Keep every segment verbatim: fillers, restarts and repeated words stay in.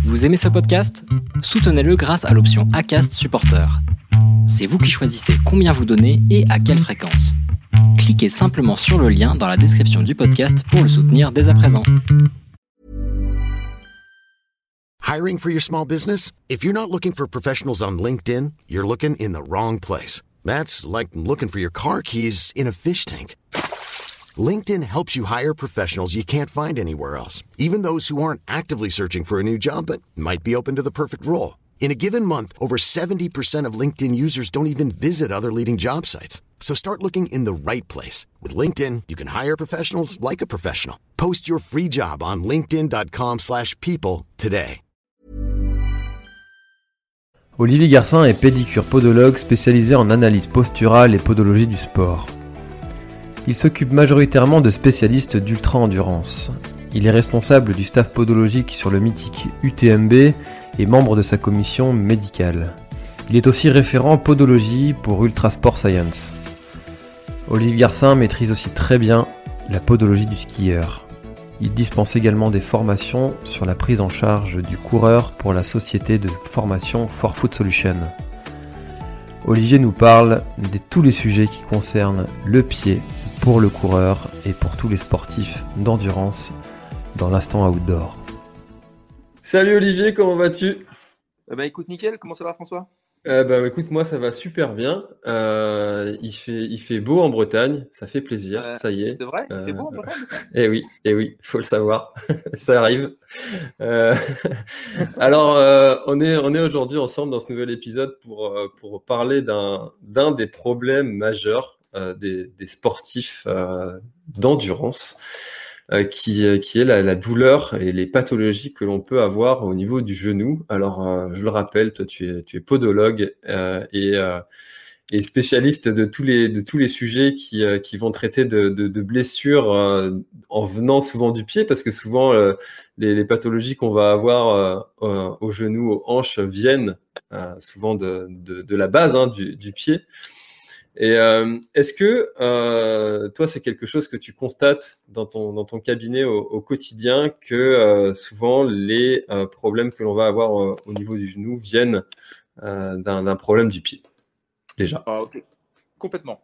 Vous aimez ce podcast ? Soutenez-le grâce à l'option Acast Supporter. C'est vous qui choisissez combien vous donnez et à quelle fréquence. Cliquez simplement sur le lien dans la description du podcast pour le soutenir dès à présent. Hiring for your small business? If you're not looking for professionals on LinkedIn, you're looking in the wrong place. That's like looking for your car keys in a fish tank. LinkedIn helps you hire professionals you can't find anywhere else, even those who aren't actively searching for a new job but might be open to the perfect role. In a given month, over seventy percent of LinkedIn users don't even visit other leading job sites. So start looking in the right place. With LinkedIn, you can hire professionals like a professional. Post your free job on linkedin.com slash people today. Olivier Garcin est pédicure podologue spécialisé en analyse posturale et podologie du sport. Il s'occupe majoritairement de spécialistes d'ultra-endurance. Il est responsable du staff podologique sur le mythique U T M B et membre de sa commission médicale. Il est aussi référent podologie pour Ultra Sport Science. Olivier Garcin maîtrise aussi très bien la podologie du skieur. Il dispense également des formations sur la prise en charge du coureur pour la société de formation For Food Solutions. Olivier nous parle de tous les sujets qui concernent le pied pour le coureur et pour tous les sportifs d'endurance dans l'instant outdoor. Salut Olivier, comment vas-tu ? Euh, bah écoute, nickel, comment ça va François ? euh, bah, écoute, moi ça va super bien. Euh, il, fait, il fait beau en Bretagne, ça fait plaisir, euh, ça y est. C'est vrai, il euh, fait beau en Bretagne ? Eh oui, eh oui, faut le savoir, ça arrive. Euh, alors, euh, on est, on est aujourd'hui ensemble dans ce nouvel épisode pour, pour parler d'un, d'un des problèmes majeurs euh, des, des sportifs euh, d'endurance, euh, qui, qui est la, la douleur et les pathologies que l'on peut avoir au niveau du genou. Alors, euh, je le rappelle, toi, tu es, tu es podologue euh, et euh, et spécialiste de tous les de tous les sujets qui euh, qui vont traiter de de, de blessures euh, en venant souvent du pied, parce que souvent euh, les, les pathologies qu'on va avoir euh, euh, aux genoux, aux hanches viennent euh, souvent de, de de la base, hein, du du pied. Et euh, est-ce que euh, toi c'est quelque chose que tu constates dans ton dans ton cabinet au, au quotidien, que euh, souvent les euh, problèmes que l'on va avoir euh, au niveau du genou viennent euh, d'un d'un problème du pied? Déjà. Ah, ok, complètement.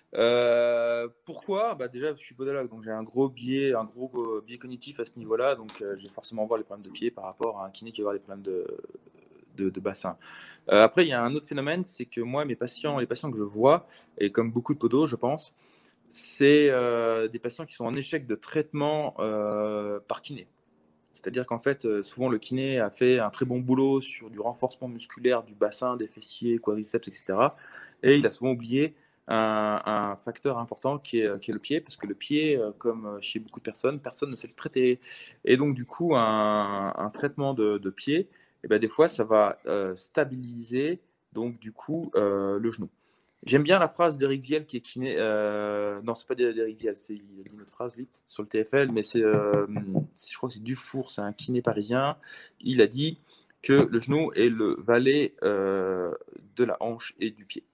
Euh, pourquoi ? Bah déjà, je suis podologue, donc j'ai un gros biais, un gros euh, biais cognitif à ce niveau-là, donc euh, je vais forcément voir les problèmes de pied par rapport à un kiné qui va avoir des problèmes de, de, de bassin. Euh, après, il y a un autre phénomène, c'est que moi, mes patients, les patients que je vois, et comme beaucoup de podos, je pense, c'est euh, des patients qui sont en échec de traitement euh, par kiné. C'est-à-dire qu'en fait, euh, souvent le kiné a fait un très bon boulot sur du renforcement musculaire du bassin, des fessiers, quadriceps, et cetera. Et il a souvent oublié un, un facteur important qui est, qui est le pied, parce que le pied, euh, comme chez beaucoup de personnes, personne ne sait le traiter. Et donc du coup, un, un traitement de, de pied, eh ben, des fois, ça va euh, stabiliser donc du coup euh, le genou. J'aime bien la phrase d'Éric Viel qui est kiné. Euh, non, c'est pas d'Éric Viel, c'est il a dit une autre phrase vite sur le T F L, mais c'est, euh, c'est- je crois que c'est Dufour, c'est un kiné parisien. Il a dit que le genou est le valet euh, de la hanche et du pied.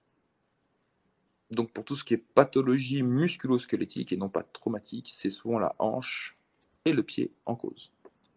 Donc pour tout ce qui est pathologie musculo-squelettique et non pas traumatique, c'est souvent la hanche et le pied en cause.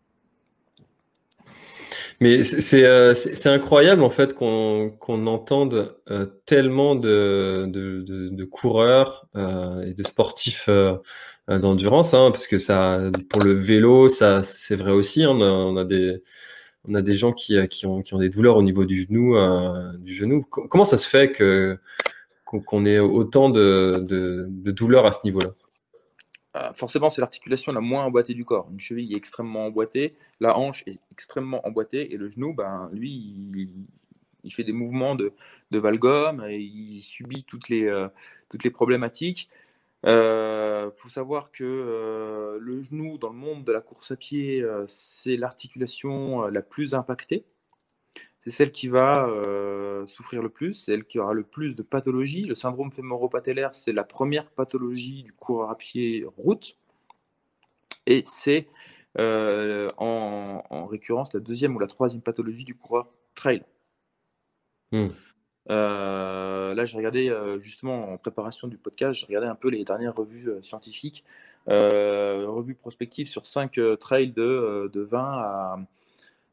Mais c'est c'est, euh, c'est- c'est incroyable en fait qu'on qu'on entende euh, tellement de, de, de, de coureurs euh, et de sportifs euh, euh, d'endurance, hein, parce que ça, pour le vélo, ça c'est vrai aussi. Hein, on a, on a des on a des gens qui euh, qui ont qui ont des douleurs au niveau du genou, euh, du genou. Co- Comment ça se fait que qu'on qu'on ait autant de, de de douleurs à ce niveau-là? Euh, forcément, c'est l'articulation la moins emboîtée du corps. Une cheville est extrêmement emboîtée, la hanche est extrêmement emboîtée, et le genou, ben, lui, il, il fait des mouvements de, de valgum, et il subit toutes les, euh, toutes les problématiques. Il euh, faut savoir que euh, le genou, dans le monde de la course à pied, euh, c'est l'articulation euh, la plus impactée. C'est celle qui va euh, souffrir le plus, c'est celle qui aura le plus de pathologies. Le syndrome fémoro-patellaire, c'est la première pathologie du coureur à pied route, et c'est euh, en, en récurrence la deuxième ou la troisième pathologie du coureur trail. Hmm. Euh, là, j'ai regardé euh, justement en préparation du podcast, j'ai regardé un peu les dernières revues euh, scientifiques, euh, revues prospectives sur cinq euh, trails de, euh, de vingt à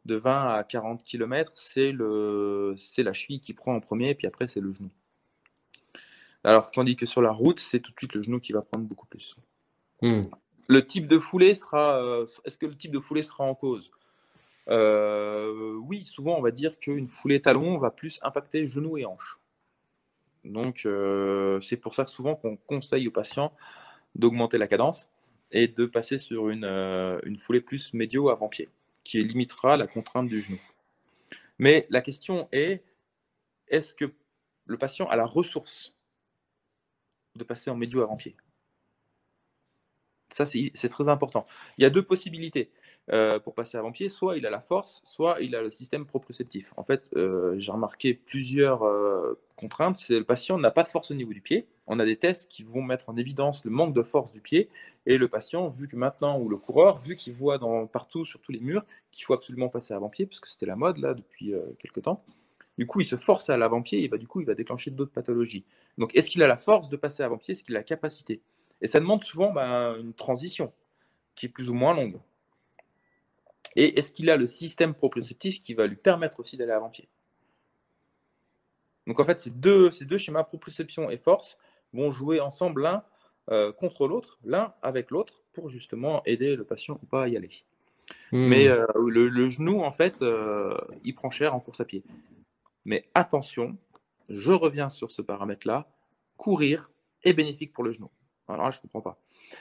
de vingt à quarante kilomètres, c'est, le, c'est la cheville qui prend en premier, puis après, c'est le genou. Alors, tandis que sur la route, c'est tout de suite le genou qui va prendre beaucoup plus. Mmh. Le type de foulée sera... Euh, est-ce que le type de foulée sera en cause ? euh, Oui, souvent, on va dire qu'une foulée talon va plus impacter genou et hanche. Donc, euh, c'est pour ça que souvent qu'on conseille aux patients d'augmenter la cadence et de passer sur une, euh, une foulée plus médio avant-pied, qui limitera la contrainte du genou. Mais la question est, est-ce que le patient a la ressource de passer en médio avant-pied ? Ça, c'est, c'est très important. Il y a deux possibilités euh, pour passer avant-pied. Soit il a la force, soit il a le système proprioceptif. En fait, euh, j'ai remarqué plusieurs euh, contraintes. C'est le patient n'a pas de force au niveau du pied. On a des tests qui vont mettre en évidence le manque de force du pied. Et le patient, vu que maintenant, ou le coureur, vu qu'il voit dans, partout, sur tous les murs, qu'il faut absolument passer avant-pied, parce que c'était la mode là depuis euh, quelques temps, du coup, il se force à l'avant-pied et bah, du coup, il va déclencher d'autres pathologies. Donc, est-ce qu'il a la force de passer avant-pied ? Est-ce qu'il a la capacité ? Et ça demande souvent bah, une transition qui est plus ou moins longue. Et est-ce qu'il a le système proprioceptif qui va lui permettre aussi d'aller avant-pied ? Donc en fait, ces deux, ces deux schémas, proprioception et force, vont jouer ensemble l'un euh, contre l'autre, l'un avec l'autre, pour justement aider le patient ou pas à y aller. Mmh. Mais euh, le, le genou, en fait, euh, il prend cher en course à pied. Mais attention, je reviens sur ce paramètre-là, courir est bénéfique pour le genou. Alors là, je ne comprends pas.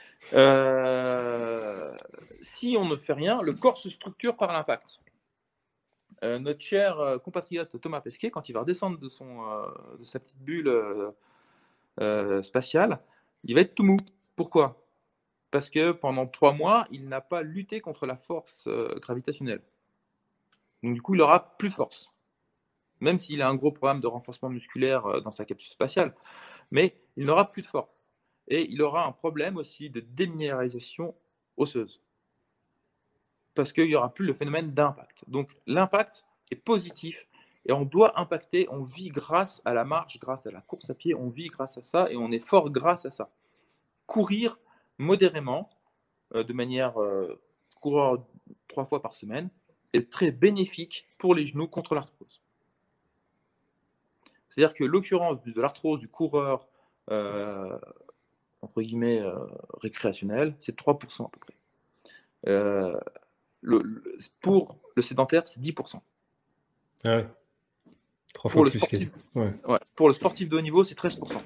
Euh, si on ne fait rien, le corps se structure par l'impact. Euh, notre cher euh, compatriote Thomas Pesquet, quand il va redescendre de, son, euh, de sa petite bulle euh, euh, spatiale, il va être tout mou. Pourquoi ? Parce que pendant trois mois, il n'a pas lutté contre la force euh, gravitationnelle. Donc du coup, il n'aura plus de force. Même s'il a un gros programme de renforcement musculaire euh, dans sa capsule spatiale, mais il n'aura plus de force. Et il aura un problème aussi de déminéralisation osseuse. Parce qu'il n'y aura plus le phénomène d'impact. Donc l'impact est positif et on doit impacter, on vit grâce à la marche, grâce à la course à pied, on vit grâce à ça et on est fort grâce à ça. Courir modérément, euh, de manière euh, coureur trois fois par semaine, est très bénéfique pour les genoux contre l'arthrose. C'est-à-dire que l'occurrence de l'arthrose du coureur euh, entre guillemets euh, récréationnel, c'est trois pour cent à peu près. Euh, le, le, pour le sédentaire, c'est dix pour cent. Ah ouais. Trois fois pour plus quasi. Ouais. Ouais. Pour le sportif de haut niveau, c'est treize pour cent.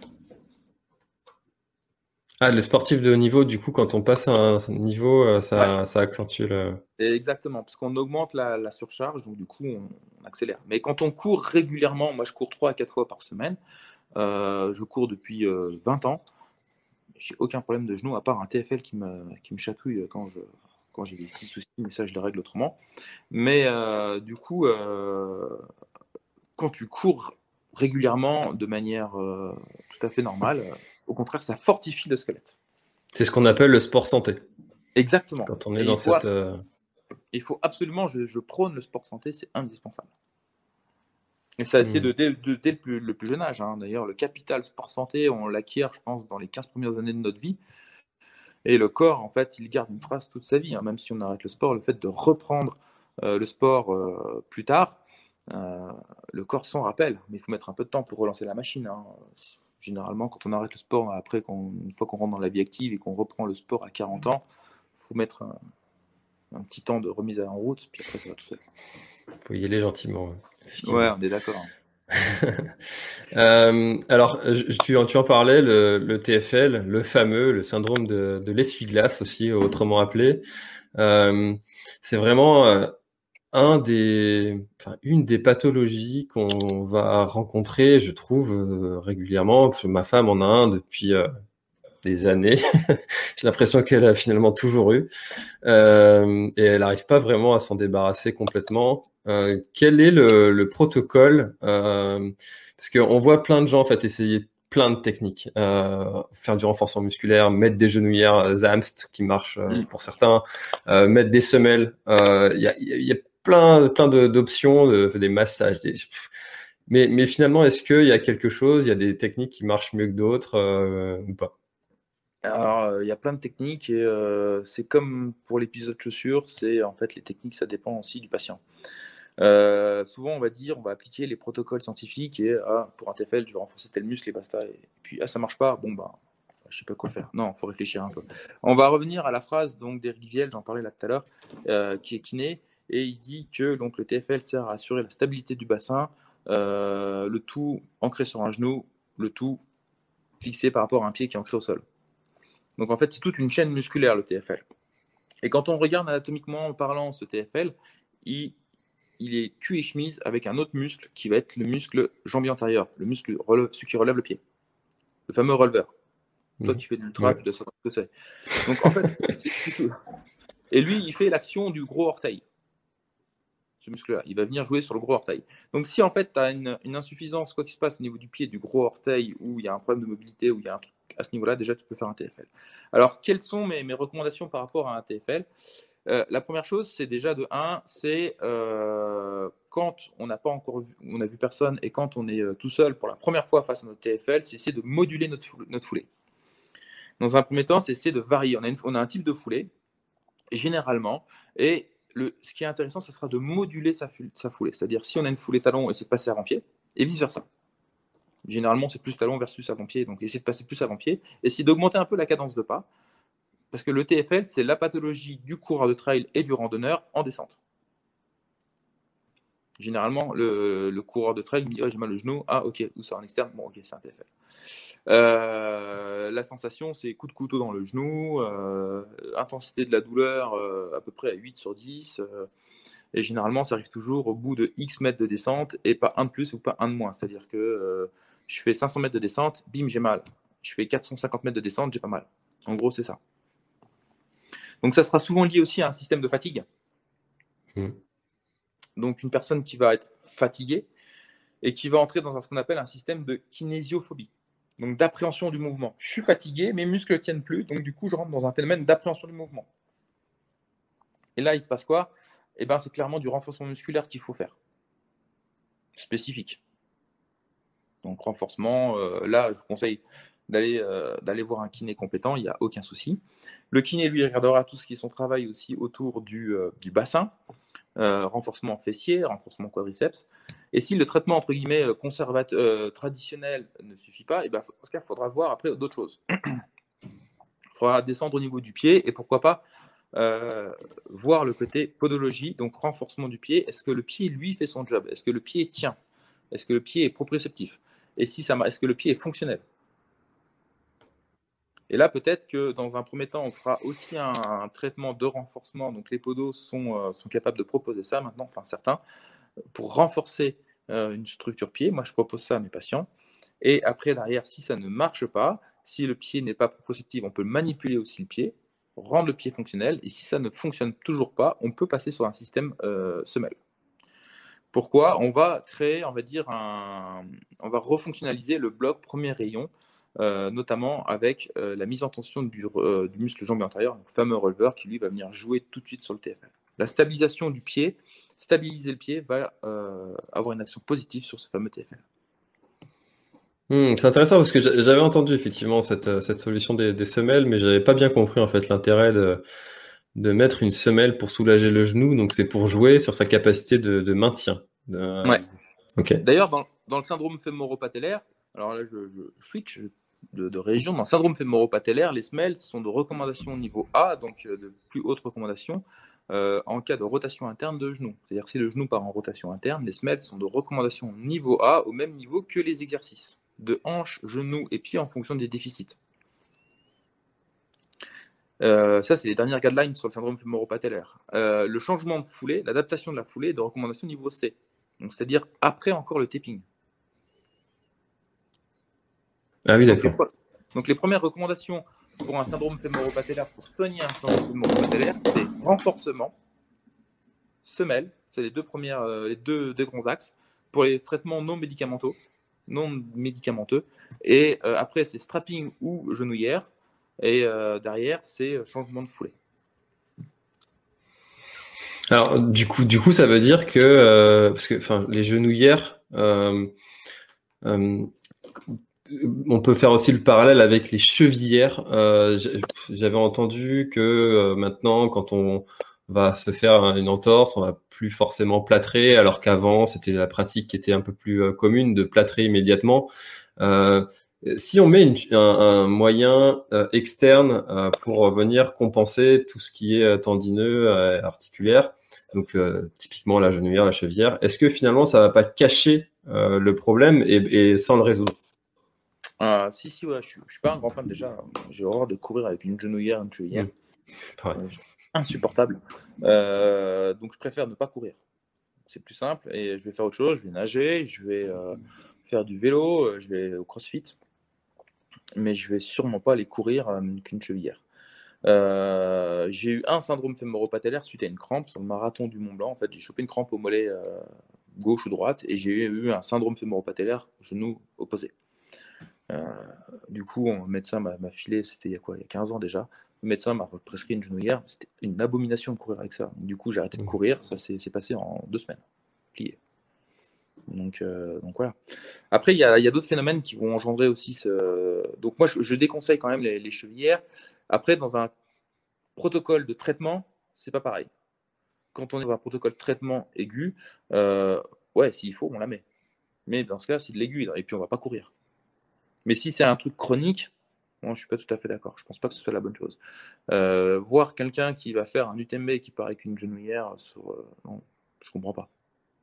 Ah, le sportif de haut niveau, du coup, quand on passe à un niveau, ça, ouais. ça accentue le... Exactement, parce qu'on augmente la, la surcharge, donc du coup, on, on accélère. Mais quand on court régulièrement, moi je cours trois à quatre fois par semaine, euh, je cours depuis euh, vingt ans, j'ai aucun problème de genou, à part un T F L qui me, qui me chatouille quand, je, quand j'ai des petits soucis, mais ça je les règle autrement. Mais euh, du coup, euh, quand tu cours régulièrement de manière euh, tout à fait normale, euh, au contraire, ça fortifie le squelette. C'est ce qu'on appelle le sport santé. Exactement. Quand on est Et dans il faut, cette... Euh... Il faut absolument, je, je prône le sport santé, c'est indispensable. Et ça, mmh. c'est de, de, de, dès le plus, le plus jeune âge. Hein. D'ailleurs, le capital sport santé, on l'acquiert, je pense, dans les quinze premières années de notre vie. Et le corps, en fait, il garde une trace toute sa vie. Hein. Même si on arrête le sport, le fait de reprendre euh, le sport euh, plus tard, euh, le corps s'en rappelle. Mais il faut mettre un peu de temps pour relancer la machine. Hein. Généralement, quand on arrête le sport, après, qu'on, une fois qu'on rentre dans la vie active et qu'on reprend le sport à quarante ans, il faut mettre un, un petit temps de remise en route, puis après, ça va tout seul. Il faut y aller gentiment. Ouais, on est d'accord. euh, alors, tu, tu en parlais, le, le T F L, le fameux, le syndrome de, de l'essuie-glace aussi, autrement appelé. Euh, c'est vraiment euh, un des, enfin, une des pathologies qu'on va rencontrer, je trouve, euh, régulièrement. Parce que ma femme en a un depuis euh, des années. J'ai l'impression qu'elle a finalement toujours eu. Euh, et elle n'arrive pas vraiment à s'en débarrasser complètement. Euh, quel est le, le protocole euh, parce qu'on voit plein de gens en fait essayer plein de techniques, euh, faire du renforcement musculaire, mettre des genouillères Zamst qui marchent euh, pour certains, euh, mettre des semelles. Il euh, y, a, y a plein, plein de, d'options, de, des massages. Des... Mais, mais finalement, est-ce qu'il y a quelque chose, il y a des techniques qui marchent mieux que d'autres euh, ou pas ? Alors, il y a plein de techniques et euh, c'est comme pour l'épisode chaussures, c'est en fait les techniques, ça dépend aussi du patient. Euh, souvent, on va dire, on va appliquer les protocoles scientifiques et ah, pour un T F L, je vais renforcer tel muscle et basta. Et puis, ah, ça marche pas, bon, bah, je sais pas quoi faire. Non, il faut réfléchir un peu. On va revenir à la phrase donc d'Éric Viel, j'en parlais là tout à l'heure, euh, qui est kiné, et il dit que donc, le T F L sert à assurer la stabilité du bassin, euh, le tout ancré sur un genou, le tout fixé par rapport à un pied qui est ancré au sol. Donc en fait, c'est toute une chaîne musculaire, le T F L. Et quand on regarde anatomiquement parlant ce T F L, il il est cul et chemise avec un autre muscle qui va être le muscle jambier antérieur, le muscle relève, celui qui relève le pied, le fameux releveur. Mmh. Toi qui fais de l'ultra, ouais. Tu dois savoir ce que c'est. Donc en fait, c'est tout. Et lui, il fait l'action du gros orteil. Ce muscle-là, il va venir jouer sur le gros orteil. Donc si en fait tu as une, une insuffisance, quoi qu'il se passe au niveau du pied, du gros orteil, où il y a un problème de mobilité, où il y a un truc à ce niveau-là, déjà tu peux faire un T F L. Alors quelles sont mes, mes recommandations par rapport à un T F L ? Euh, la première chose, c'est déjà de un, c'est euh, quand on n'a pas encore vu, on a vu personne et quand on est euh, tout seul pour la première fois face à notre T F L, c'est essayer de moduler notre, foulée, notre foulée. Dans un premier temps, c'est essayer de varier. On a, une, on a un type de foulée, généralement, et le, ce qui est intéressant, ce sera de moduler sa, sa foulée. C'est-à-dire, si on a une foulée talon, essayer de passer avant-pied, et vice-versa. Généralement, c'est plus talon versus avant-pied, donc essayer de passer plus avant-pied, essayer d'augmenter un peu la cadence de pas. Parce que le T F L, c'est la pathologie du coureur de trail et du randonneur en descente. Généralement, le, le coureur de trail me dit oh, j'ai mal au genou. Ah, ok, ou ça en externe. Bon, ok, c'est un T F L. Euh, la sensation, c'est coup de couteau dans le genou, euh, intensité de la douleur euh, à peu près à huit sur dix. Euh, et généralement, ça arrive toujours au bout de X mètres de descente et pas un de plus ou pas un de moins. C'est-à-dire que euh, je fais cinq cents mètres de descente, bim, j'ai mal. Je fais quatre cent cinquante mètres de descente, j'ai pas mal. En gros, c'est ça. Donc, ça sera souvent lié aussi à un système de fatigue. Mmh. Donc, une personne qui va être fatiguée et qui va entrer dans un, ce qu'on appelle un système de kinésiophobie, donc d'appréhension du mouvement. Je suis fatigué, mes muscles ne tiennent plus, donc du coup, je rentre dans un phénomène d'appréhension du mouvement. Et là, il se passe quoi ? Eh ben, c'est clairement du renforcement musculaire qu'il faut faire, spécifique. Donc, renforcement, euh, là, je vous conseille d'aller, euh, d'aller voir un kiné compétent, il n'y a aucun souci. Le kiné, lui, regardera tout ce qui est son travail aussi autour du, euh, du bassin, euh, renforcement fessier, renforcement quadriceps. Et si le traitement, entre guillemets, conservateur, euh, traditionnel ne suffit pas, eh ben, dans ce cas, il faudra voir après d'autres choses. Il faudra descendre au niveau du pied et pourquoi pas euh, voir le côté podologie, donc renforcement du pied. Est-ce que le pied, lui, fait son job ? Est-ce que le pied tient ? Est-ce que le pied est proprioceptif ? Et si ça, est-ce que le pied est fonctionnel ? Et là, peut-être que dans un premier temps, on fera aussi un, un traitement de renforcement. Donc, les podos sont, euh, sont capables de proposer ça maintenant, enfin certains, pour renforcer euh, une structure pied. Moi, je propose ça à mes patients. Et après, derrière, si ça ne marche pas, si le pied n'est pas proprioceptif, on peut manipuler aussi le pied, rendre le pied fonctionnel. Et si ça ne fonctionne toujours pas, on peut passer sur un système euh, semelle. Pourquoi ? On va créer, on va dire, un, on va refonctionnaliser le bloc premier rayon, Euh, notamment avec euh, la mise en tension du, euh, du muscle jambier antérieur, le fameux releveur qui lui va venir jouer tout de suite sur le T F L. La stabilisation du pied, stabiliser le pied va euh, avoir une action positive sur ce fameux T F L. Mmh, c'est intéressant parce que j'avais entendu effectivement cette, cette solution des, des semelles, mais j'avais pas bien compris en fait l'intérêt de, de mettre une semelle pour soulager le genou. Donc c'est pour jouer sur sa capacité de, de maintien. De... Ouais. Okay. D'ailleurs, dans, dans le syndrome fémoro-patellaire, alors là je, je switch de, de région, dans le syndrome fémoro-patellaire, les semelles sont de recommandation niveau A, donc de plus haute recommandation euh, en cas de rotation interne de genou. C'est-à-dire que si le genou part en rotation interne, les semelles sont de recommandation niveau A au même niveau que les exercices de hanche, genou et pied en fonction des déficits. Euh, ça, c'est les dernières guidelines sur le syndrome fémoro-patellaire. Euh, le changement de foulée, l'adaptation de la foulée est de recommandation niveau C, donc c'est-à-dire après encore le taping. Ah oui, d'accord. Donc les, donc les premières recommandations pour un syndrome fémoro-patellaire, pour soigner un syndrome fémoro-patellaire, c'est renforcement, semelle, c'est les deux premières, euh, les deux, deux grands axes pour les traitements non médicamenteux, non médicamenteux. Et euh, après, c'est strapping ou genouillère. Et euh, derrière, c'est changement de foulée. Alors, du coup, du coup, ça veut dire que, euh, parce que, enfin, les genouillères, euh, euh, on peut faire aussi le parallèle avec les chevillères. Euh, j'avais entendu que euh, maintenant, quand on va se faire une entorse, on va plus forcément plâtrer, alors qu'avant, c'était la pratique qui était un peu plus euh, commune de plâtrer immédiatement. Euh, si on met une, un, un moyen euh, externe euh, pour venir compenser tout ce qui est euh, tendineux, euh, articulaire, donc euh, typiquement la genouillère, la chevillère, est-ce que finalement ça va pas cacher euh, le problème et, et sans le résoudre? Euh, si, si, ouais, je suis, je suis pas un grand fan déjà. J'ai horreur de courir avec une genouillère, une chevillère. Mmh. Pareil. Euh, insupportable. Euh, donc je préfère ne pas courir. C'est plus simple et je vais faire autre chose. Je vais nager, je vais euh, faire du vélo, je vais au crossfit. Mais je vais sûrement pas aller courir euh, qu'une chevillère. Euh, j'ai eu un syndrome fémoro-patellaire suite à une crampe sur le marathon du Mont Blanc. En fait, j'ai chopé une crampe au mollet euh, gauche ou droite et j'ai eu un syndrome fémoro-patellaire genou opposé. Euh, du coup, un médecin m'a, m'a filé, c'était il y a quoi, il y a quinze ans déjà. Le médecin m'a prescrit une genouillère. C'était une abomination de courir avec ça. Donc, du coup, j'ai arrêté de courir. Ça s'est, s'est passé en deux semaines, plié. Donc, euh, donc voilà. Après, il y a, y a d'autres phénomènes qui vont engendrer aussi ce. Donc moi, je, je déconseille quand même les, les chevillères. Après, dans un protocole de traitement, c'est pas pareil. Quand on est dans un protocole de traitement aigu, euh, ouais, s'il faut, on la met. Mais dans ce cas, c'est de l'aigu et puis on va pas courir. Mais si c'est un truc chronique, moi, je suis pas tout à fait d'accord. Je pense pas que ce soit la bonne chose. Euh, voir quelqu'un qui va faire un U T M B qui part avec une genouillère, sur, euh, non, je comprends pas.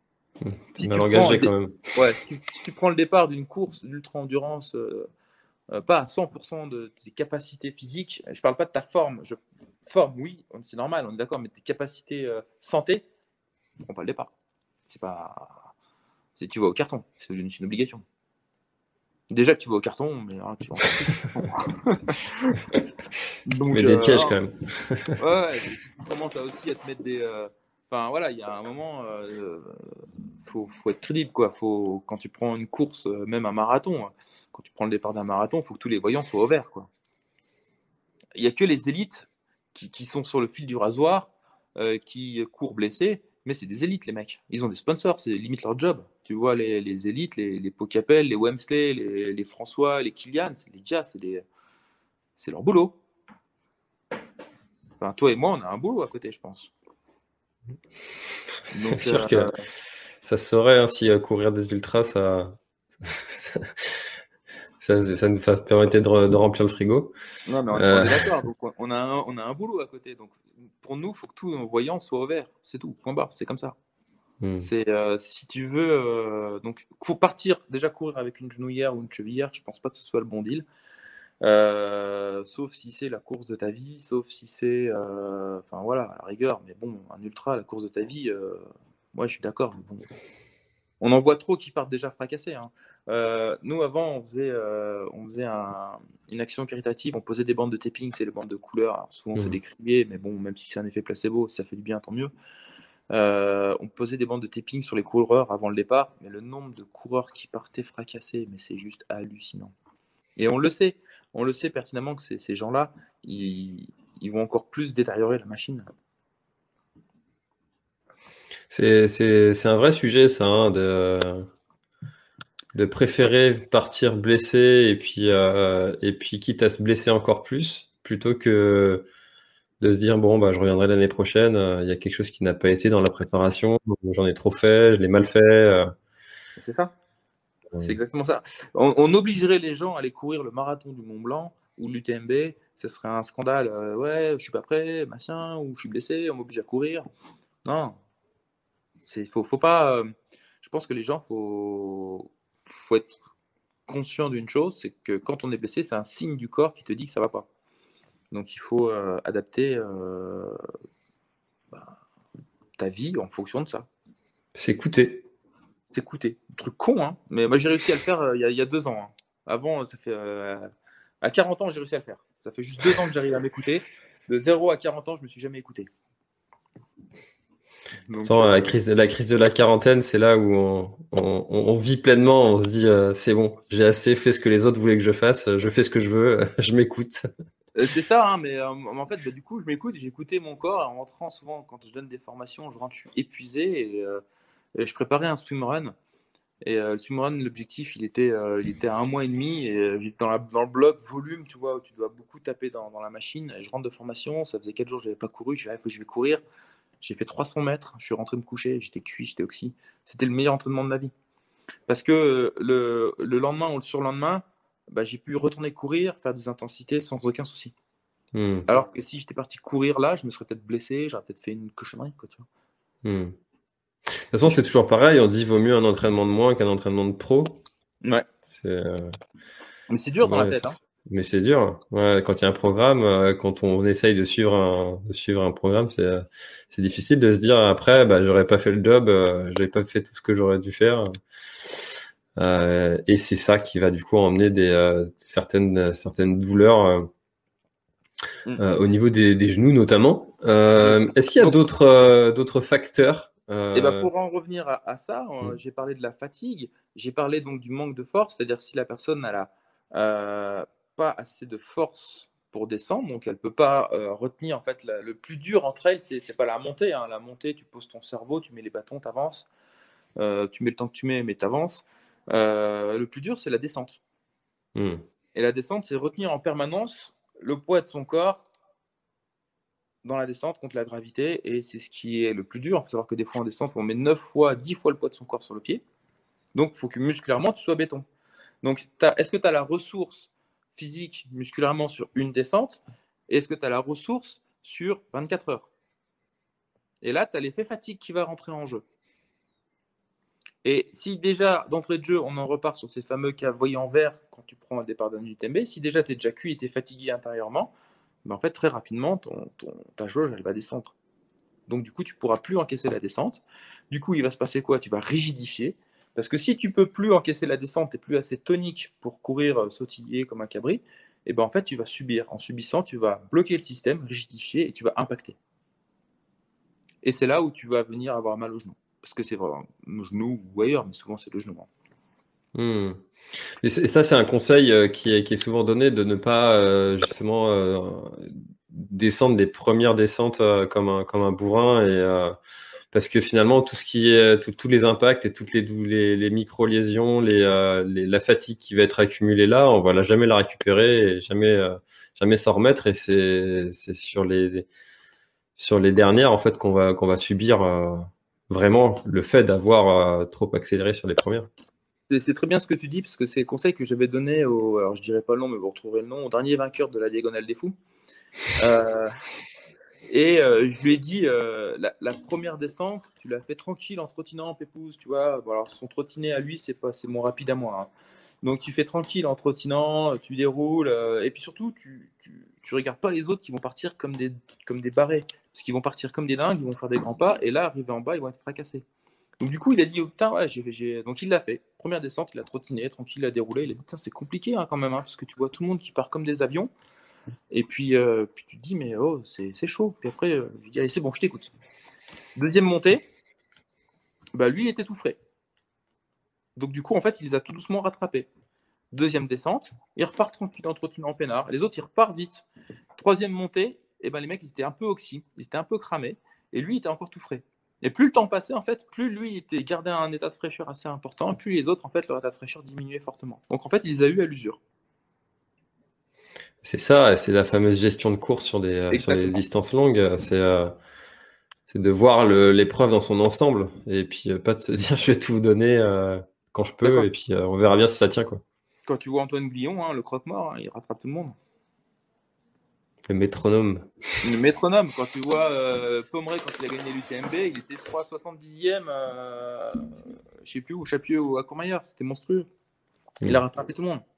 Si mal engagé quand même. Ouais, si tu, si tu prends le départ d'une course d'ultra-endurance, euh, euh, pas à cent pour cent de tes capacités physiques, je parle pas de ta forme. Je, forme, oui, c'est normal, on est d'accord, mais tes capacités euh, santé, on prend pas le départ. C'est pas. C'est, tu vas au carton, c'est une, une obligation. Déjà que tu vas au carton, mais hein, tu vas Donc, mais des euh, pièges alors, quand même. Ouais, ouais, tu commences à aussi à te mettre des. Euh, Enfin voilà, il y a un moment, il euh, faut, faut être crédible quoi. Faut, quand tu prends une course, même un marathon, quand tu prends le départ d'un marathon, il faut que tous les voyants soient au vert quoi. Il n'y a que les élites qui, qui sont sur le fil du rasoir, euh, qui courent blessés, mais c'est des élites les mecs. Ils ont des sponsors, c'est limite leur job. Tu vois les, les élites, les, les Pocapel, les Wemsley, les, les François, les Kylian, c'est les Jazz, c'est, des, c'est leur boulot. Enfin, toi et moi, on a un boulot à côté, je pense. Donc, c'est sûr euh, que euh... ça se saurait hein, si euh, courir des ultras, ça, ça, ça nous permettait de, de remplir le frigo. Non, mais on, euh... on est d'accord. Donc on, a un, on a un boulot à côté. Donc pour nous, il faut que tous nos voyants soient au vert. C'est tout. Point barre. C'est comme ça. Hmm. C'est euh, si tu veux. Euh, donc pour partir, déjà courir avec une genouillère ou une chevillère, je pense pas que ce soit le bon deal. Euh, sauf si c'est la course de ta vie, sauf si c'est, euh, enfin voilà, à la rigueur, mais bon, un ultra, la course de ta vie, euh, moi je suis d'accord. Bon, on en voit trop qui partent déjà fracassés. Hein. Euh, nous avant, on faisait, euh, on faisait un, une action caritative, on posait des bandes de taping, c'est les bandes de couleur. Alors souvent mmh. c'est des criblés, mais bon, même si c'est un effet placebo, si ça fait du bien, tant mieux. Euh, on posait des bandes de taping sur les coureurs avant le départ, mais le nombre de coureurs qui partaient fracassés, mais c'est juste hallucinant. Et on le sait, on le sait pertinemment que ces, ces gens-là, ils, ils vont encore plus détériorer la machine. C'est, c'est, c'est un vrai sujet, ça, hein, de, de préférer partir blessé et puis, euh, et puis quitte à se blesser encore plus, plutôt que de se dire, bon, bah, je reviendrai l'année prochaine, il euh, y a quelque chose qui n'a pas été dans la préparation, j'en ai trop fait, je l'ai mal fait. Euh. C'est ça. C'est exactement ça. On, on obligerait les gens à aller courir le marathon du Mont Blanc ou l'U T M B. Ce serait un scandale. Euh, ouais, je suis pas prêt, machin, ou je suis blessé, on m'oblige à courir. Non. C'est faut, faut pas. Euh, je pense que les gens, faut, faut être conscient d'une chose, c'est que quand on est blessé, c'est un signe du corps qui te dit que ça va pas. Donc il faut euh, adapter euh, bah, ta vie en fonction de ça. S'écouter. S'écouter. Un truc con, hein. Mais moi j'ai réussi à le faire il euh, y, y a deux ans. Hein. Avant, ça fait euh, à quarante ans, j'ai réussi à le faire. Ça fait juste deux ans que j'arrive à m'écouter. De zéro à quarante ans, je me suis jamais écouté. Donc, Pourtant, euh... la crise, la crise de la quarantaine, c'est là où on, on, on vit pleinement. On se dit, euh, c'est bon, j'ai assez fait ce que les autres voulaient que je fasse. Je fais ce que je veux. Je m'écoute. C'est ça, hein, mais euh, en fait, bah, du coup, je m'écoute. J'ai écouté mon corps. En rentrant, souvent, quand je donne des formations, je rentre, je suis épuisé et, euh, et je préparais un swimrun. Et euh, le swimrun, l'objectif, il était, euh, il était à un mois et demi. Et euh, dans, la, dans le bloc volume, tu vois, où tu dois beaucoup taper dans, dans la machine. Et je rentre de formation, ça faisait quatre jours que je n'avais pas couru. Je dis, ah, il faut que je vais courir. J'ai fait trois cents mètres, je suis rentré me coucher, j'étais cuit, j'étais oxy. C'était le meilleur entraînement de ma vie. Parce que euh, le, le lendemain ou le surlendemain, bah, j'ai pu retourner courir, faire des intensités sans aucun souci. Mmh. Alors que si j'étais parti courir là, je me serais peut-être blessé, j'aurais peut-être fait une cochonnerie, quoi, tu vois. Mmh. De toute façon, c'est toujours pareil. On dit vaut mieux un entraînement de moins qu'un entraînement de trop. Ouais. C'est, euh, Mais c'est dur c'est dans vrai, la tête. c'est- Hein. Mais c'est dur. Ouais, quand il y a un programme, euh, quand on essaye de suivre un, de suivre un programme, c'est, euh, c'est difficile de se dire après, bah, j'aurais pas fait le job, euh, j'aurais pas fait tout ce que j'aurais dû faire. Euh, et c'est ça qui va du coup emmener des euh, certaines certaines douleurs euh, Mm. euh, au niveau des, des genoux notamment. Euh, est-ce qu'il y a Donc- d'autres euh, d'autres facteurs euh, Et ben pour en revenir à, à ça, euh, Mm. j'ai parlé de la fatigue, j'ai parlé donc du manque de force, c'est-à-dire si la personne n'a euh, pas assez de force pour descendre, donc elle peut pas euh, retenir en fait la- le plus dur entre elles, c'est c'est pas la montée. Hein. La montée, tu poses ton cerveau, tu mets les bâtons, t'avances, euh, tu mets le temps que tu mets, mais t'avances. Euh, le plus dur, c'est la descente. Mm. Et la descente, c'est retenir en permanence le poids de son corps dans la descente contre la gravité, et c'est ce qui est le plus dur. Il faut savoir que des fois en descente, on met neuf fois, dix fois le poids de son corps sur le pied. Donc, il faut que musculairement, tu sois béton. Donc, est-ce que tu as la ressource physique musculairement sur une descente, et est-ce que tu as la ressource sur vingt-quatre heures? Et là, tu as l'effet fatigue qui va rentrer en jeu. Et si déjà, d'entrée de jeu, on en repart sur ces fameux cas voyants verts quand tu prends un départ d'un U T M B, si déjà tu es déjà cuit et tu es fatigué intérieurement, ben en fait, très rapidement, ton, ton, ta jauge, elle va descendre. Donc, du coup, tu ne pourras plus encaisser la descente. Du coup, il va se passer quoi? Tu vas rigidifier. Parce que si tu ne peux plus encaisser la descente, tu n'es plus assez tonique pour courir, euh, sautiller comme un cabri, et ben en fait, tu vas subir. En subissant, tu vas bloquer le système, rigidifier, et tu vas impacter. Et c'est là où tu vas venir avoir mal au genou. Parce que c'est vraiment au genou ou ailleurs, mais souvent, c'est le genou. Mm. Et, et ça, c'est un conseil euh, qui est, qui est souvent donné de ne pas euh, justement euh, descendre des premières descentes euh, comme un, comme un bourrin et euh, parce que finalement tout ce qui est tout- tous les impacts et toutes les les, les micro-lésions, les, euh, les la fatigue qui va être accumulée là, on va la jamais la récupérer et jamais euh, jamais s'en remettre et c'est c'est sur les sur les dernières en fait qu'on va qu'on va subir euh, vraiment le fait d'avoir euh, trop accéléré sur les premières. C'est, c'est très bien ce que tu dis, parce que c'est le conseil que j'avais donné au, alors je dirais pas le nom, mais vous retrouverez le nom, au dernier vainqueur de la Diagonale des Fous. Euh, et euh, je lui ai dit, euh, la, la première descente, tu l'as fait tranquille en trottinant, Pépouze, tu vois. Bon, alors son trottinet à lui, c'est pas, c'est mon rapide à moi. Hein. Donc tu fais tranquille en trottinant, tu déroules, euh, et puis surtout, tu, tu, tu regardes pas les autres qui vont partir comme des, comme des barrés, parce qu'ils vont partir comme des dingues, ils vont faire des grands pas, et là, arrivé en bas, ils vont être fracassés. Donc du coup, il a dit, oh, putain, ouais, j'ai, j'ai... donc il l'a fait. Première descente, il a trottiné, tranquille, il a déroulé. Il a dit, putain, c'est compliqué hein, quand même, hein, parce que tu vois tout le monde qui part comme des avions. Et puis, euh, puis tu te dis, mais oh, c'est, c'est chaud. Puis après, euh, je lui dis, allez, c'est bon, je t'écoute. Deuxième montée, bah, lui, il était tout frais. Donc du coup, en fait, il les a tout doucement rattrapés. Deuxième descente, il repart tranquille en trottinant en peinard. Les autres, ils repartent vite. Troisième montée, et ben, les mecs, ils étaient un peu oxy, ils étaient un peu cramés. Et lui, il était encore tout frais. Et plus le temps passait, en fait, plus lui était gardé un état de fraîcheur assez important, plus les autres, en fait, leur état de fraîcheur diminuait fortement. Donc, en fait, il les a eu à l'usure. C'est ça, c'est la fameuse gestion de course sur des sur des distances longues. C'est euh, c'est de voir le, l'épreuve dans son ensemble et puis euh, pas de se dire je vais tout vous donner euh, quand je peux. D'accord. Et puis euh, on verra bien si ça tient quoi. Quand tu vois Antoine Guillon, hein, le croque-mort, hein, il rattrape tout le monde. Le métronome. Le métronome, quand tu vois euh, Pomeray quand il a gagné l'U T M B, il était trois cent soixante-dixième, euh, je sais plus où, Chapieux ou à Courmayeur, c'était monstrueux. Il mmh. a rattrapé tout le monde.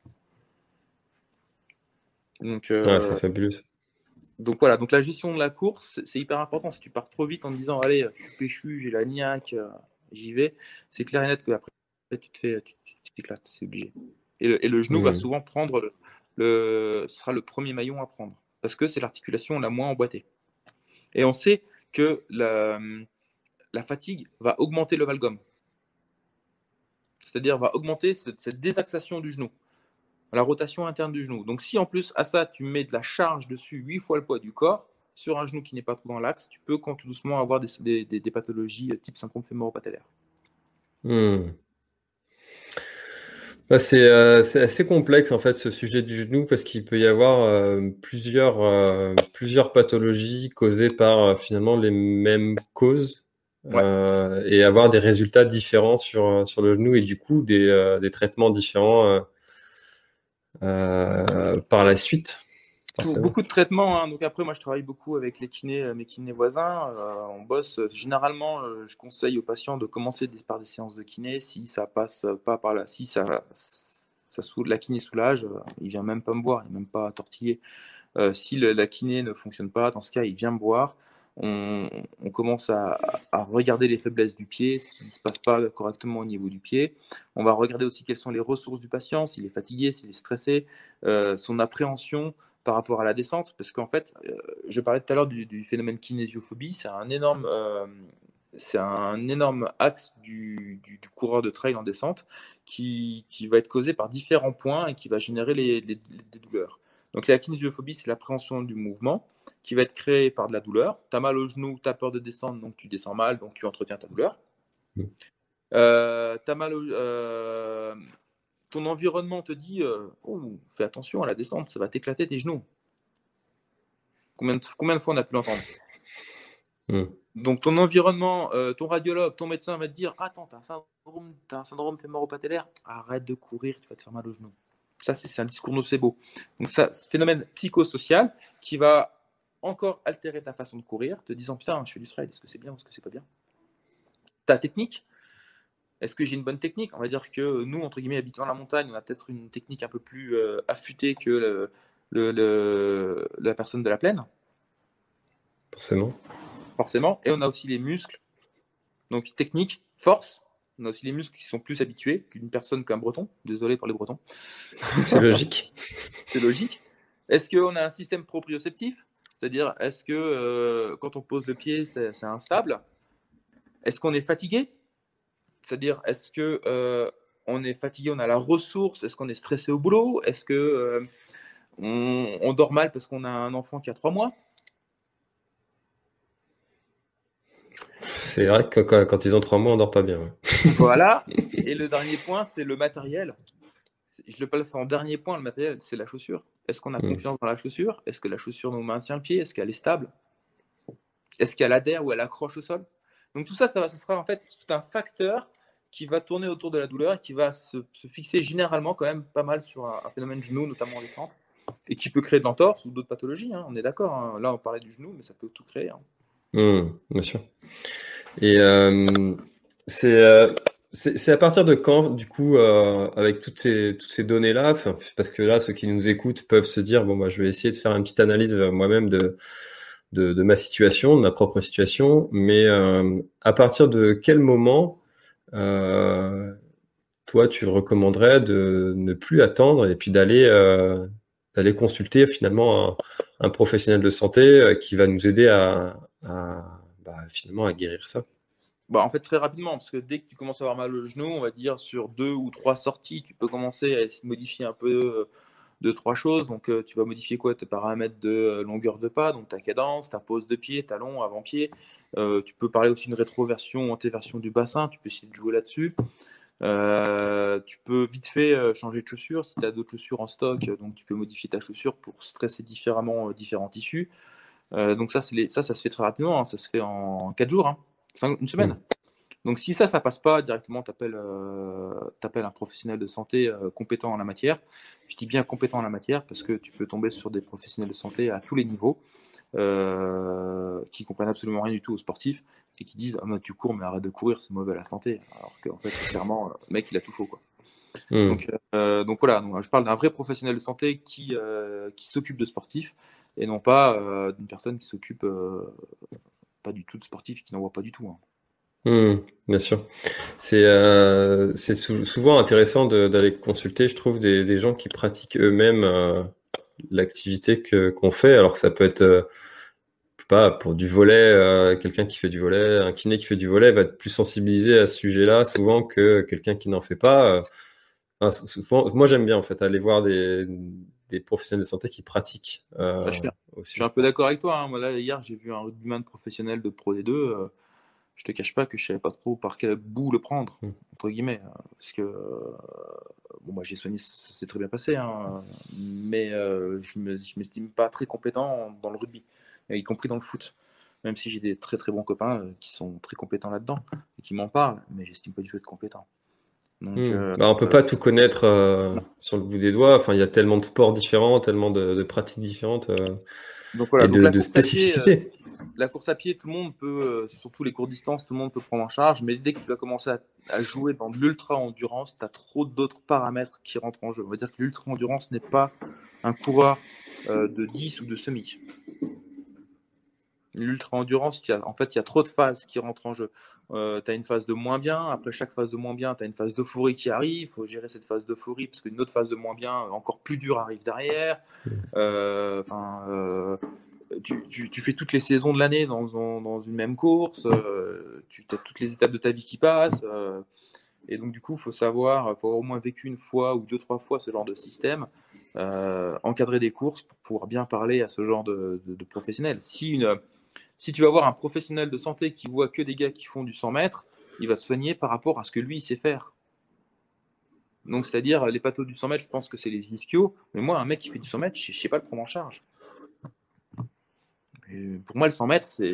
Donc, euh, ouais, c'est fabuleux. Donc voilà, donc la gestion de la course, c'est hyper important. Si tu pars trop vite en te disant allez, je suis péchu, j'ai la niaque, j'y vais, c'est clair et net que après tu te fais, tu, tu t'éclates, c'est obligé. Et le, et le genou mmh. va souvent prendre le, le, ce sera le premier maillon à prendre parce que c'est l'articulation la moins emboîtée. Et on sait que la, la fatigue va augmenter le valgum, c'est-à-dire va augmenter cette, cette désaxation du genou. La rotation interne du genou. Donc, si en plus à ça, tu mets de la charge dessus, huit fois le poids du corps, sur un genou qui n'est pas trop dans l'axe, tu peux quand tout doucement avoir des, des, des, des pathologies type syndrome fémoro-patellaire. Mmh. Bah, c'est euh, c'est assez complexe en fait ce sujet du genou parce qu'il peut y avoir euh, plusieurs, euh, plusieurs pathologies causées par euh, finalement les mêmes causes Ouais. euh, et avoir des résultats différents sur, euh, sur le genou et du coup des, euh, des traitements différents euh, euh, par la suite, Tout- forcément. beaucoup de traitements, hein. Donc après, moi, je travaille beaucoup avec les kinés, euh, mes kinés voisins. Euh, on bosse. Généralement, euh, je conseille aux patients de commencer des- par des séances de kiné. Si ça passe pas par là, si ça, ça sou- la kiné soulage, euh, il vient même pas me voir, il vient même pas tortiller. Euh, si le- la kiné ne fonctionne pas, dans ce cas, il vient me voir. On, on commence à, à regarder les faiblesses du pied, ce qui ne se passe pas correctement au niveau du pied. On va regarder aussi quelles sont les ressources du patient, s'il est fatigué, s'il est stressé, euh, son appréhension par rapport à la descente. Parce qu'en fait, euh, je parlais tout à l'heure du, du phénomène kinésiophobie, c'est un énorme, euh, c'est un énorme axe du, du, du coureur de trail en descente qui, qui va être causé par différents points et qui va générer les, les, les douleurs. Donc la kinésiophobie, c'est l'appréhension du mouvement qui va être créée par de la douleur. Tu as mal au genou, tu as peur de descendre, donc tu descends mal, donc tu entretiens ta douleur. Mm. Euh, t'as mal au, euh, ton environnement te dit euh, oh, fais attention à la descente, ça va t'éclater tes genoux. Combien de, combien de fois on a pu l'entendre? Mm. Donc ton environnement, euh, ton radiologue, ton médecin va te dire attends, tu as un syndrome, t'as un syndrome fémoro-patellaire, arrête de courir, tu vas te faire mal au genou. Ça, c'est, c'est un discours nocebo. Donc, ça, c'est un phénomène psychosocial qui va encore altérer ta façon de courir, te disant putain, je fais du trail, est-ce que c'est bien ou est-ce que c'est pas bien? Ta technique, est-ce que j'ai une bonne technique? On va dire que nous, entre guillemets, habitants la montagne, on a peut-être une technique un peu plus euh, affûtée que le, le, le, la personne de la plaine, Forcément. forcément. Et on a aussi les muscles. Donc, technique, force. On a aussi les muscles qui sont plus habitués qu'une personne qu'un breton. Désolé pour les bretons. C'est logique. C'est logique. Est-ce qu'on a un système proprioceptif? C'est-à-dire, est-ce que euh, quand on pose le pied, c'est, c'est instable? Est-ce qu'on est fatigué? C'est-à-dire, est-ce que euh, on est fatigué, on a la ressource? Est-ce qu'on est stressé au boulot? Est-ce que euh, on, on dort mal parce qu'on a un enfant qui a trois mois? C'est vrai que quand, quand ils ont trois mois, on dort pas bien. Ouais. Voilà. Et le dernier point, c'est le matériel. Je le place en dernier point, le matériel, c'est la chaussure. Est-ce qu'on a Mm. confiance dans la chaussure? Est-ce que la chaussure nous maintient le pied? Est-ce qu'elle est stable? Est-ce qu'elle adhère ou elle accroche au sol? Donc tout ça, ça, va, ça sera en fait tout un facteur qui va tourner autour de la douleur et qui va se, se fixer généralement quand même pas mal sur un, un phénomène genou, notamment en descente, et qui peut créer de l'entorse ou d'autres pathologies, hein, on est d'accord. Hein. Là, on parlait du genou, mais ça peut tout créer. Hein. Mm, bien sûr. Et euh, c'est, euh, c'est c'est à partir de quand, du coup, euh, avec toutes ces, toutes ces données-là, enfin, parce que là, ceux qui nous écoutent peuvent se dire, bon, bah, je vais essayer de faire une petite analyse euh, moi-même de, de, de ma situation, de ma propre situation, mais euh, à partir de quel moment, euh, toi, tu recommanderais de ne plus attendre et puis d'aller euh, d'aller consulter finalement un, un professionnel de santé euh, qui va nous aider à, à bah, finalement à guérir ça? Bah, en fait, très rapidement, parce que dès que tu commences à avoir mal au genou, on va dire sur deux ou trois sorties, tu peux commencer à essayer de modifier un peu euh, deux, trois choses. Donc, euh, tu vas modifier quoi? Tes paramètres de euh, longueur de pas, donc ta cadence, ta pose de pied, talon, avant-pied. Euh, tu peux parler aussi d'une rétroversion, antéversion du bassin, tu peux essayer de jouer là-dessus. Euh, tu peux vite fait euh, changer de chaussure si tu as d'autres chaussures en stock, euh, donc tu peux modifier ta chaussure pour stresser différemment euh, différents tissus. Euh, donc ça, c'est les... ça, ça se fait très rapidement, hein. Ça se fait en quatre jours, hein. Cinq... une semaine. Mm. Donc si ça, ça passe pas, directement, tu appelles euh, un professionnel de santé euh, compétent en la matière. Je dis bien compétent en la matière parce que tu peux tomber sur des professionnels de santé à tous les niveaux euh, qui comprennent absolument rien du tout aux sportifs et qui disent ah, tu cours mais arrête de courir, c'est mauvais à la santé. Alors qu'en fait, clairement, le mec, il a tout faux, quoi. Mm. Donc, euh, donc voilà, donc, je parle d'un vrai professionnel de santé qui, euh, qui s'occupe de sportifs et non pas euh, d'une personne qui s'occupe euh, pas du tout de sportifs et qui n'en voit pas du tout. Hein. Mmh, bien sûr. C'est euh, c'est sou- souvent intéressant de- d'aller consulter, je trouve, des, des gens qui pratiquent eux-mêmes euh, l'activité que qu'on fait. Alors que ça peut être, euh, je sais pas, pour du volley, euh, quelqu'un qui fait du volley, un kiné qui fait du volley va être plus sensibilisé à ce sujet-là souvent que quelqu'un qui n'en fait pas. Euh, enfin, sou- souvent, moi, j'aime bien en fait aller voir des, des professionnels de santé qui pratiquent euh, Bah, je, suis, je aussi suis le un peu sport. d'accord avec toi. Hein. Moi, là, hier, j'ai vu un rugbyman professionnel de Pro D deux. Euh, je te cache pas que je savais pas trop par quel bout le prendre, Mm. entre guillemets, hein, parce que euh, bon, moi j'ai soigné, ça s'est très bien passé, hein, mais euh, je me, je m'estime pas très compétent dans le rugby, y compris dans le foot. Même si j'ai des très très bons copains euh, qui sont très compétents là-dedans et qui m'en parlent, mais j'estime pas du tout être compétent. Donc, Hmm. euh, Bah, on peut euh, pas tout connaître euh, sur le bout des doigts. Enfin, il y a tellement de sports différents, tellement de, de pratiques différentes euh, donc voilà, et donc de, la de course à pied, euh, spécificités. la course à pied, tout le monde peut, euh, surtout les courtes distances, tout le monde peut prendre en charge, mais dès que tu vas commencer à, à jouer dans de l'ultra-endurance, tu as trop d'autres paramètres qui rentrent en jeu. On va dire que l'ultra-endurance n'est pas un coureur euh, de dix ou de semi. L'ultra-endurance, il y a- en fait, il y a trop de phases qui rentrent en jeu. Euh, tu as une phase de moins bien, après chaque phase de moins bien, tu as une phase d'euphorie qui arrive, il faut gérer cette phase d'euphorie parce qu'une autre phase de moins bien, encore plus dure, arrive derrière. Euh, enfin, euh, tu, tu- tu fais toutes les saisons de l'année dans, dans- dans une même course, euh, tu as toutes les étapes de ta vie qui passent, euh, et donc du coup, il faut savoir, il faut avoir au moins vécu une fois ou deux, trois fois ce genre de système, euh, encadrer des courses pour pouvoir bien parler à ce genre de, de, de professionnels. Si, une, si tu vas voir un professionnel de santé qui voit que des gars qui font du cent mètres, il va te soigner par rapport à ce que lui, il sait faire. Donc, c'est-à-dire, les pathos du cent mètres, je pense que c'est les ischios, mais moi, un mec qui fait du cent mètres, je ne sais pas le prendre en charge. Et pour moi, le cent mètres, c'est.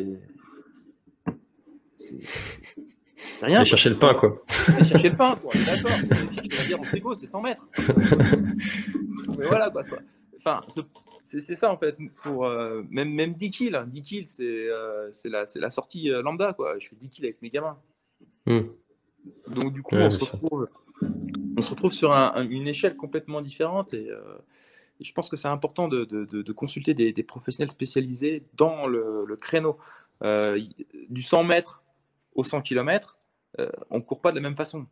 C'est c'est rien. Aller Quoi. chercher le pain, quoi. C'est chercher le pain, quoi. On est d'accord. C'est une fiche de la bière au frigo, c'est cent mètres. Mais voilà, quoi. Ça. Enfin, c'est, c'est ça, en fait. Pour, euh, même, même dix kills. dix kills, c'est, euh, c'est, la, c'est la sortie euh, lambda, quoi. Je fais dix kills avec mes gamins. Hmm. Donc, du coup, Ouais, on, c'est se ça. retrouve, on se retrouve sur un, un, une échelle complètement différente. Et, euh, et je pense que c'est important de, de, de, de consulter des, des professionnels spécialisés dans le, le créneau. Euh, du cent mètres au cent kilomètres, euh, on ne court pas de la même façon.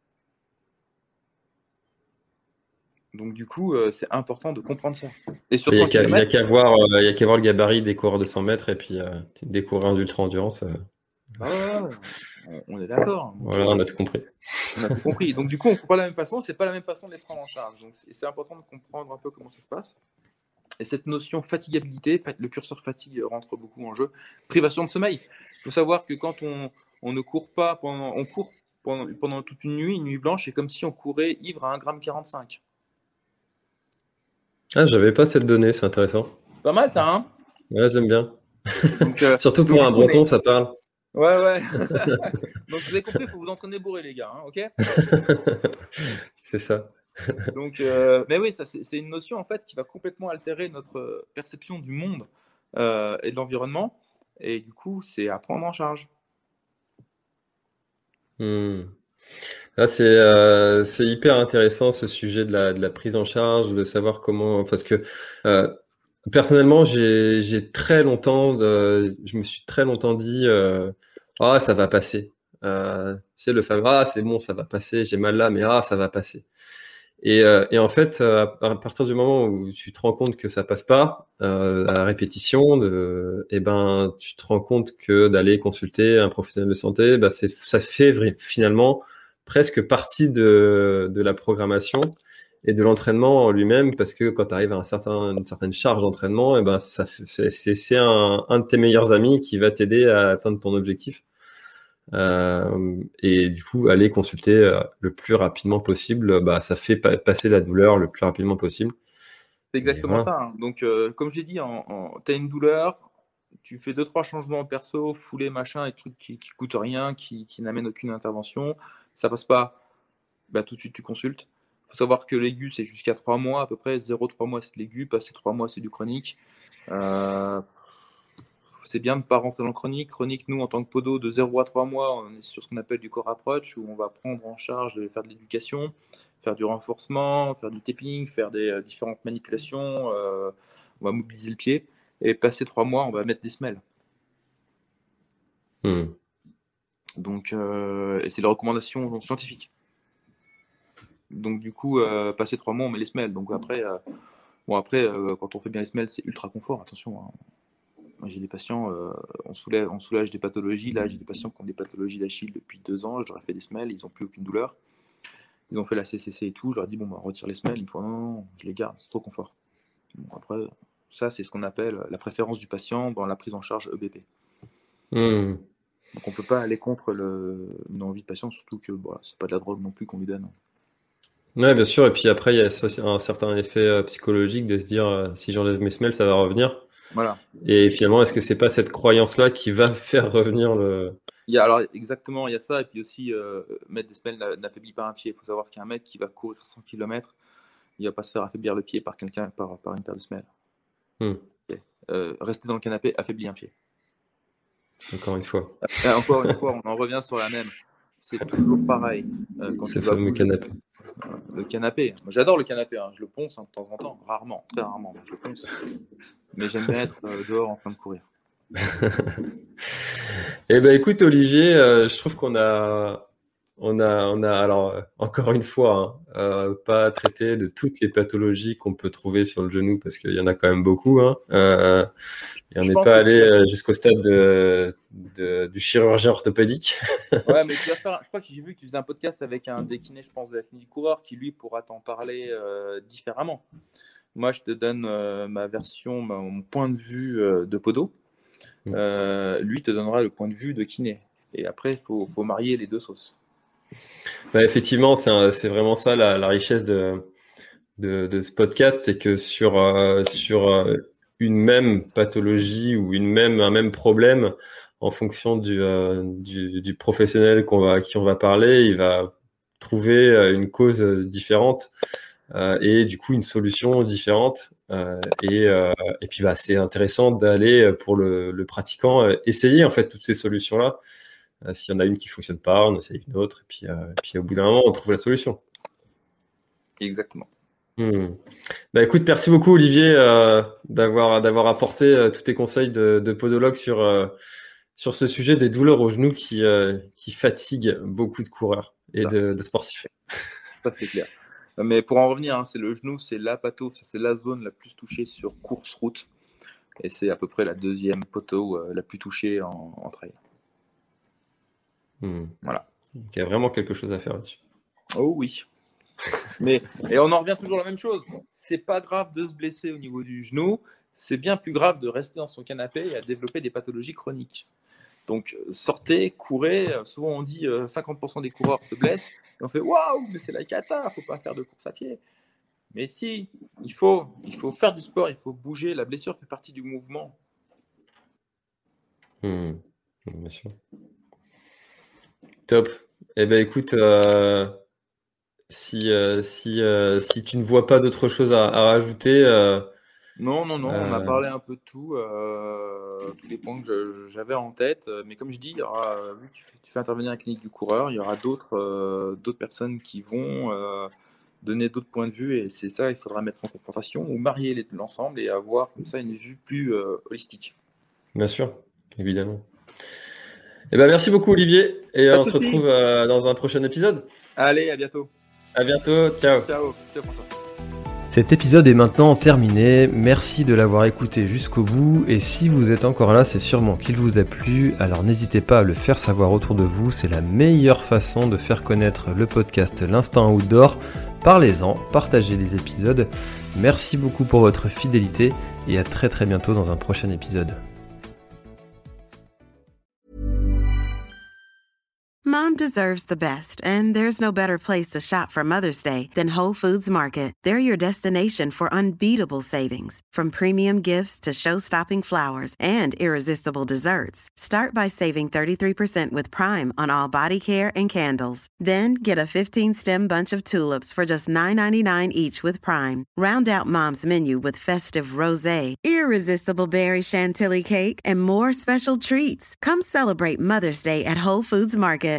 Donc, du coup, euh, c'est important de comprendre ça. Et sur Il n'y a cent qu'à il y a kilomètres, qu'à voir, euh, il y a qu'à voir le gabarit des coureurs de cent mètres et puis euh, des coureurs d'ultra-endurance. euh, ah ouais, ouais, on, on est d'accord. Donc, voilà, euh, on a tout compris. on a tout compris. Donc, du coup, on ne court pas de la même façon. C'est pas la même façon de les prendre en charge. Donc, c'est, c'est important de comprendre un peu comment ça se passe. Et cette notion fatigabilité, le curseur fatigue rentre beaucoup en jeu. Privation de sommeil. Il faut savoir que quand on, on ne court pas, pendant, on court pendant, pendant toute une nuit, une nuit blanche, c'est comme si on courait ivre à un virgule quarante-cinq. Ah, j'avais pas cette donnée, c'est intéressant. Pas mal ça, hein? Ouais, j'aime bien. Donc, euh, Surtout donc, pour un du coup, on breton, est- ça parle. Ouais, ouais. Donc, vous avez compris, il faut vous entraîner bourré, les gars, hein, ok? C'est ça. Donc, euh, mais oui, ça, c'est, c'est une notion en fait qui va complètement altérer notre perception du monde euh, et de l'environnement. Et du coup, c'est à prendre en charge. Hmm. Là, c'est euh, c'est hyper intéressant ce sujet de la, de la prise en charge, de savoir comment. Parce que euh, personnellement, j'ai j'ai très longtemps, de, je me suis très longtemps dit, euh, ah, ça va passer. Euh, tu sais, le fameux, ah, c'est bon, ça va passer. J'ai mal là, mais ah, ça va passer. Et, euh, et en fait, euh, à partir du moment où tu te rends compte que ça passe pas euh, à la répétition, de, eh ben, tu te rends compte que d'aller consulter un professionnel de santé, bah, c'est, ça fait vri- finalement presque partie de, de la programmation et de l'entraînement en lui-même, parce que quand tu arrives à un certain, une certaine charge d'entraînement, eh ben, ça, fait- c'est, c'est c'est un, un de tes meilleurs amis qui va t'aider à atteindre ton objectif. Euh, et du coup, aller consulter euh, le plus rapidement possible, bah, ça fait pa- passer la douleur le plus rapidement possible. C'est Et exactement voilà. ça, hein. Donc, euh, comme je l'ai dit, en, en, tu as une douleur, tu fais deux, trois changements perso, foulée, machin, et trucs qui, qui coûtent rien, qui, qui n'amènent aucune intervention. Ça passe pas, bah, tout de suite tu consultes. Il faut savoir que l'aigu, c'est jusqu'à trois mois à peu près. zéro trois mois, c'est de l'aigu. Passer trois mois, c'est du chronique. Euh, c'est bien de ne pas rentrer dans le chronique. Chronique, nous, en tant que podo, de zéro à trois mois, on est sur ce qu'on appelle du core approach, où on va prendre en charge de faire de l'éducation, faire du renforcement, faire du tapping, faire des euh, différentes manipulations. Euh, on va mobiliser le pied. Et passer trois mois, on va mettre des semelles. Hmm. Donc, euh, et c'est les recommandations scientifiques. Donc, du coup, euh, passer trois mois, on met les semelles. Donc, après, euh, bon, après euh, quand on fait bien les semelles, c'est ultra confort. Attention, hein. Moi, j'ai des patients, euh, on, soulève, on soulage des pathologies. Là, j'ai des patients qui ont des pathologies d'Achille depuis deux ans. Je leur ai fait des semelles, ils n'ont plus aucune douleur. Ils ont fait la C C C et tout. Je leur ai dit, bon, bah, retire les semelles. Ils me font, non, non, non, je les garde, c'est trop confort. Bon, après, ça, c'est ce qu'on appelle la préférence du patient dans la prise en charge E B P. Hmm. Donc on peut pas aller contre le, une envie de patient, surtout que bon, c'est pas de la drogue non plus qu'on lui donne. Ouais, bien sûr. Et puis après, il y a un certain effet euh, psychologique de se dire euh, si j'enlève mes semelles, ça va revenir. Voilà. Et finalement, est-ce que c'est pas cette croyance-là qui va faire revenir le. Il y a, alors exactement, il y a ça. Et puis aussi, euh, mettre des semelles n'affaiblit pas un pied. Il faut savoir qu'un mec qui va courir cent kilomètres, il va pas se faire affaiblir le pied par quelqu'un, par, par une paire de semelles. Hmm. Okay. Euh, rester dans le canapé affaiblit un pied. Encore une fois. Euh, encore une fois, on en revient sur la même. C'est toujours pareil. Euh, quand C'est tu le fameux canapé. Le canapé. Moi, j'adore le canapé. Hein. Je le ponce hein, de temps en temps. Rarement, très rarement. Je le ponce. Mais j'aime bien être euh, dehors en train de courir. Eh ben, écoute, Olivier, euh, je trouve qu'on a, on a, on a, alors euh, encore une fois, hein, euh, pas traité de toutes les pathologies qu'on peut trouver sur le genou parce qu'il y en a quand même beaucoup. Hein. Euh, et on n'est pas allé euh, jusqu'au stade de, de, du chirurgien orthopédique. Ouais, mais tu vas faire. Je crois que j'ai vu que tu faisais un podcast avec un des kinés, je pense, de la clinique du coureur, qui lui pourra t'en parler euh, différemment. Moi, je te donne euh, ma version, mon point de vue euh, de podo. Euh, lui te donnera le point de vue de kiné. Et après, il faut, faut marier les deux sauces. Bah, effectivement, c'est, un, c'est vraiment ça la, la richesse de, de, de ce podcast, c'est que sur, euh, sur euh, une même pathologie ou une même, un même problème, en fonction du, euh, du, du professionnel qu'on va, à qui on va parler, il va trouver une cause différente euh, et du coup une solution différente. Euh, et, euh, et puis bah, c'est intéressant d'aller pour le, le pratiquant euh, essayer en fait toutes ces solutions-là. Euh, s'il y en a une qui fonctionne pas, on essaye une autre, et puis, euh, et puis au bout d'un moment, on trouve la solution. Exactement. Hmm. Bah, écoute, merci beaucoup Olivier euh, d'avoir, d'avoir apporté euh, tous tes conseils de, de podologue sur, euh, sur ce sujet des douleurs aux genoux qui, euh, qui fatiguent beaucoup de coureurs et Ça, de, de sportifs. Ça, c'est clair. Mais pour en revenir, hein, c'est le genou, c'est la patho, c'est la zone la plus touchée sur course-route. Et c'est à peu près la deuxième poteau euh, la plus touchée en, en trail. Hmm. Voilà. Il y a vraiment quelque chose à faire là-dessus. Oh oui. Mais, et on en revient toujours à la même chose. C'est pas grave de se blesser au niveau du genou. C'est bien plus grave de rester dans son canapé et à développer des pathologies chroniques. Donc sortez, courez. Souvent on dit euh, cinquante pour cent des coureurs se blessent. Et on fait waouh, mais c'est la cata, faut pas faire de course à pied. Mais si, il faut, il faut faire du sport, il faut bouger. La blessure fait partie du mouvement. Hmm. Bien sûr. Top. Eh ben écoute, euh, si euh, si euh, si tu ne vois pas d'autre chose à, à rajouter. Euh, Non, non, non, euh... on a parlé un peu de tout, euh, tous les points que je, j'avais en tête. Mais comme je dis, il y aura, vu que tu fais, tu fais intervenir la clinique du coureur, il y aura d'autres, euh, d'autres personnes qui vont euh, donner d'autres points de vue. Et c'est ça, il faudra mettre en confrontation ou marier les, l'ensemble et avoir comme ça une vue plus euh, holistique. Bien sûr, évidemment. Eh ben, merci beaucoup Olivier et Pas on de se soucis. retrouve euh, dans un prochain épisode. Allez, à bientôt. À bientôt, ciao. Ciao. Ciao François. Cet épisode est maintenant terminé, merci de l'avoir écouté jusqu'au bout et si vous êtes encore là c'est sûrement qu'il vous a plu, alors n'hésitez pas à le faire savoir autour de vous, c'est la meilleure façon de faire connaître le podcast L'Instinct Outdoor, parlez-en, partagez les épisodes, merci beaucoup pour votre fidélité et à très très bientôt dans un prochain épisode. Mom deserves the best, and there's no better place to shop for Mother's Day than Whole Foods Market. They're your destination for unbeatable savings, from premium gifts to show-stopping flowers and irresistible desserts. Start by saving thirty-three percent with Prime on all body care and candles. Then get a fifteen-stem bunch of tulips for just nine ninety-nine each with Prime. Round out Mom's menu with festive rosé, irresistible berry chantilly cake, and more special treats. Come celebrate Mother's Day at Whole Foods Market.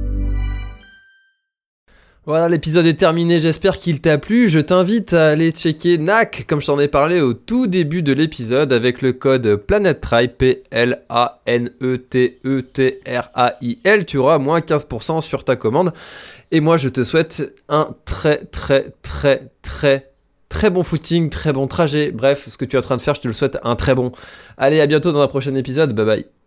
Voilà, l'épisode est terminé, j'espère qu'il t'a plu. Je t'invite à aller checker N A C, comme je t'en ai parlé au tout début de l'épisode, avec le code PLANETRAIL, P L A N E T E T R A I L. Tu auras moins quinze pour cent sur ta commande. Et moi, je te souhaite un très, très, très, très, très bon footing, très bon trajet. Bref, ce que tu es en train de faire, je te le souhaite un très bon. Allez, à bientôt dans un prochain épisode. Bye bye.